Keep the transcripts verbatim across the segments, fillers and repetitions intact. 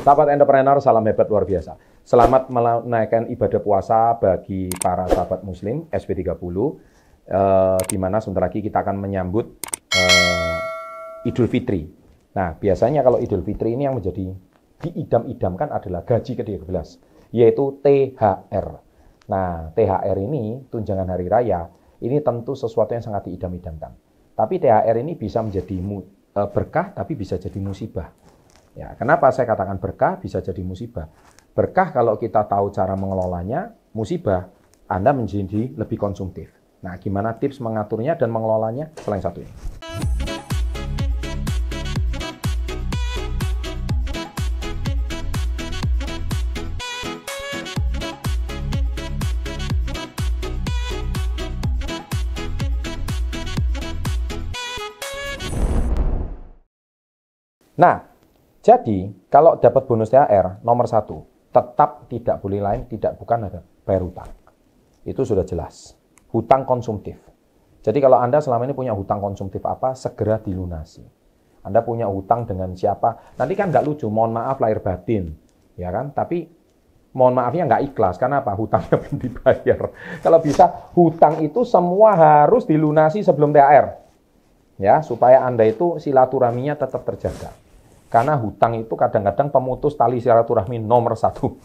Sahabat entrepreneur, salam hebat luar biasa. Selamat menunaikan ibadah puasa bagi para sahabat muslim S P tiga puluh, eh, di mana sebentar lagi kita akan menyambut eh, Idul Fitri. Nah, biasanya kalau Idul Fitri ini yang menjadi diidam-idamkan adalah gaji ke tiga belas, yaitu T H R. Nah, T H R ini, tunjangan hari raya, ini tentu sesuatu yang sangat diidam-idamkan. Tapi T H R ini bisa menjadi berkah, tapi bisa jadi musibah. Ya, kenapa saya katakan berkah bisa jadi musibah? Berkah kalau kita tahu cara mengelolanya, musibah Anda menjadi lebih konsumtif. Nah, gimana tips mengaturnya dan mengelolanya? Selain satu ini. Nah, jadi kalau dapat bonus T H R nomor satu, tetap tidak boleh lain, tidak bukan ada bayar hutang. Itu sudah jelas. Hutang konsumtif. Jadi kalau Anda selama ini punya hutang konsumtif apa, segera dilunasi. Anda punya hutang dengan siapa? Nanti kan nggak lucu, mohon maaf lahir batin, ya kan? Tapi mohon maafnya nggak ikhlas, karena apa? Hutangnya belum dibayar. Kalau bisa, hutang itu semua harus dilunasi sebelum T H R. Ya, supaya Anda itu silaturahminya tetap terjaga. Karena hutang itu kadang-kadang pemutus tali silaturahmi nomor satu.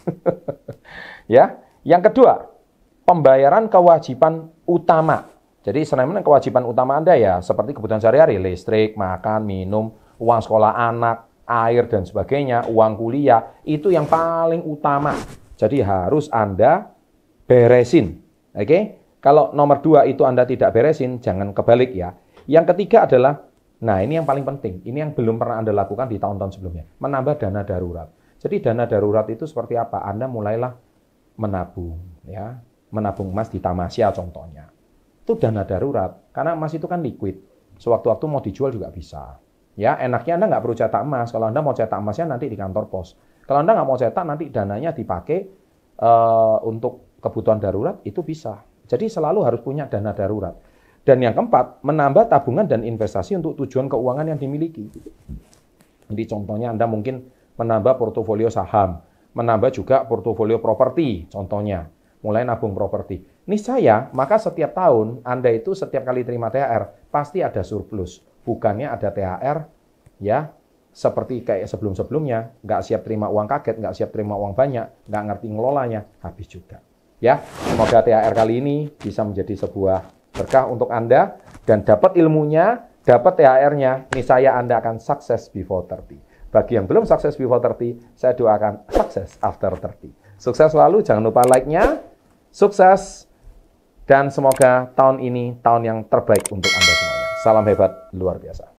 Ya, yang kedua, pembayaran kewajiban utama. Jadi sebenarnya kewajiban utama Anda ya seperti kebutuhan sehari-hari, listrik, makan, minum, uang sekolah anak, air dan sebagainya, uang kuliah, itu yang paling utama. Jadi harus Anda beresin. Oke? Kalau nomor dua itu Anda tidak beresin, jangan kebalik ya. Yang ketiga adalah, nah ini yang paling penting, ini yang belum pernah Anda lakukan di tahun-tahun sebelumnya, menambah dana darurat. Jadi dana darurat itu seperti apa? Anda mulailah menabung, ya, menabung emas di Tamasya contohnya. Itu dana darurat, karena emas itu kan liquid, sewaktu-waktu mau dijual juga bisa. Ya, enaknya Anda nggak perlu cetak emas, kalau Anda mau cetak emasnya nanti di kantor pos. Kalau Anda nggak mau cetak, nanti dananya dipakai uh, untuk kebutuhan darurat, itu bisa. Jadi selalu harus punya dana darurat. Dan yang keempat, menambah tabungan dan investasi untuk tujuan keuangan yang dimiliki. Jadi contohnya Anda mungkin menambah portofolio saham, menambah juga portofolio properti, contohnya. Mulai nabung properti. Niscaya, maka setiap tahun Anda itu setiap kali terima T H R, pasti ada surplus. Bukannya ada T H R, ya, seperti kayak sebelum-sebelumnya, nggak siap terima uang kaget, nggak siap terima uang banyak, nggak ngerti ngelolanya, habis juga. Ya, semoga T H R kali ini bisa menjadi sebuah berkah untuk Anda dan dapat ilmunya, dapat T H R-nya, niscaya Anda akan sukses before thirty. Bagi yang belum sukses before thirty, saya doakan sukses after thirty. Sukses selalu, jangan lupa like-nya, sukses, dan semoga tahun ini tahun yang terbaik untuk Anda semuanya. Salam hebat luar biasa.